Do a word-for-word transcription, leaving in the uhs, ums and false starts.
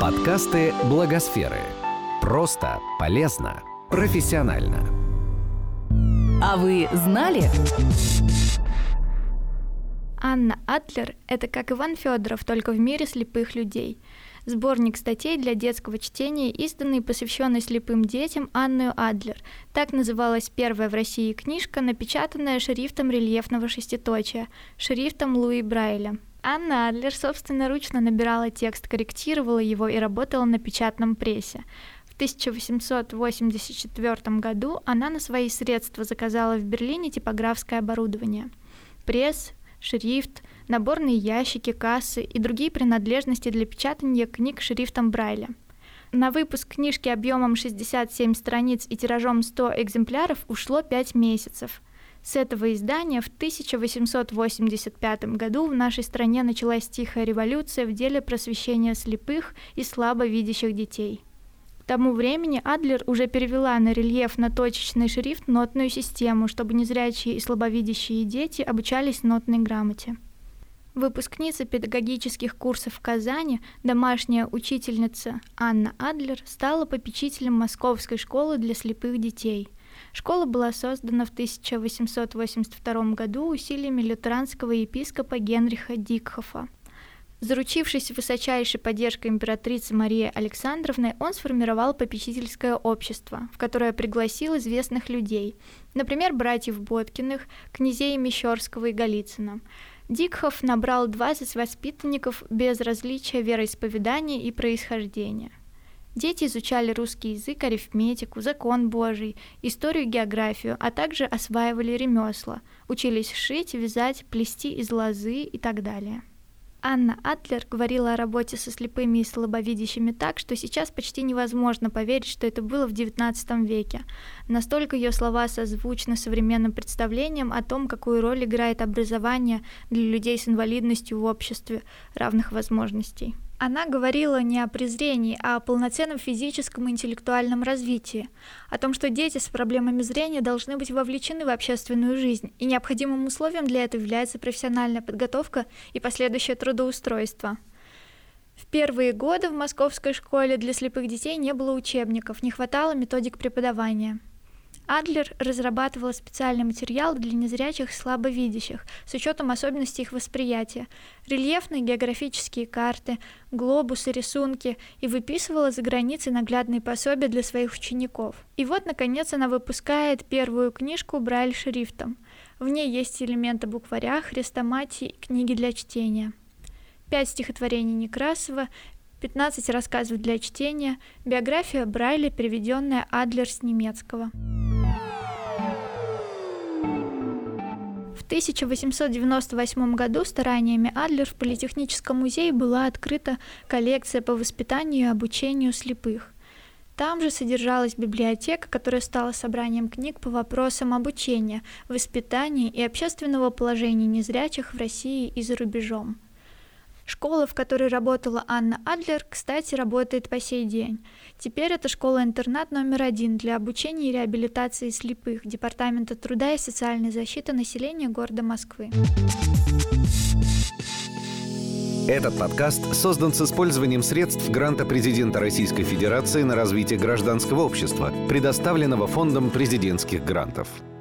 Подкасты Благосферы. Просто, полезно, профессионально. А вы знали? Анна Адлер – это как Иван Федоров, только в мире слепых людей. Сборник статей для детского чтения, изданный и посвященный слепым детям Анною Адлер. Так называлась первая в России книжка, напечатанная шрифтом рельефного шеститочия, шрифтом Луи Брайля. Анна Адлер собственноручно набирала текст, корректировала его и работала на печатном прессе. В тысяча восемьсот восемьдесят четвёртом году она на свои средства заказала в Берлине типографское оборудование. Пресс, шрифт, наборные ящики, кассы и другие принадлежности для печатания книг шрифтом Брайля. На выпуск книжки объемом шестьдесят семь страниц и тиражом сто экземпляров ушло пять месяцев. С этого издания в тысяча восемьсот восемьдесят пятом году в нашей стране началась тихая революция в деле просвещения слепых и слабовидящих детей. К тому времени Адлер уже перевела на рельефно-точечный шрифт нотную систему, чтобы незрячие и слабовидящие дети обучались нотной грамоте. Выпускница педагогических курсов в Казани, домашняя учительница Анна Адлер стала попечителем Московской школы для слепых детей. Школа была создана в тысяча восемьсот восемьдесят втором году усилиями лютеранского епископа Генриха Дикхофа. Заручившись высочайшей поддержкой императрицы Марии Александровны, он сформировал попечительское общество, в которое пригласил известных людей, например, братьев Боткиных, князей Мещерского и Голицына. Дикхоф набрал двадцать воспитанников без различия вероисповедания и происхождения. Дети изучали русский язык, арифметику, закон Божий, историю, географию, а также осваивали ремесла, учились шить, вязать, плести из лозы и так далее. Анна Адлер говорила о работе со слепыми и слабовидящими так, что сейчас почти невозможно поверить, что это было в девятнадцатом веке. Настолько ее слова созвучны современным представлениям о том, какую роль играет образование для людей с инвалидностью в обществе равных возможностей. Она говорила не о презрении, а о полноценном физическом и интеллектуальном развитии, о том, что дети с проблемами зрения должны быть вовлечены в общественную жизнь, и необходимым условием для этого является профессиональная подготовка и последующее трудоустройство. В первые годы в Московской школе для слепых детей не было учебников, не хватало методик преподавания. Адлер разрабатывала специальный материал для незрячих и слабовидящих с учетом особенностей их восприятия, рельефные географические карты, глобусы, рисунки и выписывала за границей наглядные пособия для своих учеников. И вот, наконец, она выпускает первую книжку Брайль-шрифтом. В ней есть элементы букваря, хрестоматии и книги для чтения. Пять стихотворений Некрасова, пятнадцать рассказов для чтения, биография Брайля, переведенная Адлер с немецкого. В тысяча восемьсот девяносто восьмом году стараниями Адлер в Политехническом музее была открыта коллекция по воспитанию и обучению слепых. Там же содержалась библиотека, которая стала собранием книг по вопросам обучения, воспитания и общественного положения незрячих в России и за рубежом. Школа, в которой работала Анна Адлер, кстати, работает по сей день. Теперь это школа-интернат номер один для обучения и реабилитации слепых Департамента труда и социальной защиты населения города Москвы. Этот подкаст создан с использованием средств гранта президента Российской Федерации на развитие гражданского общества, предоставленного Фондом президентских грантов.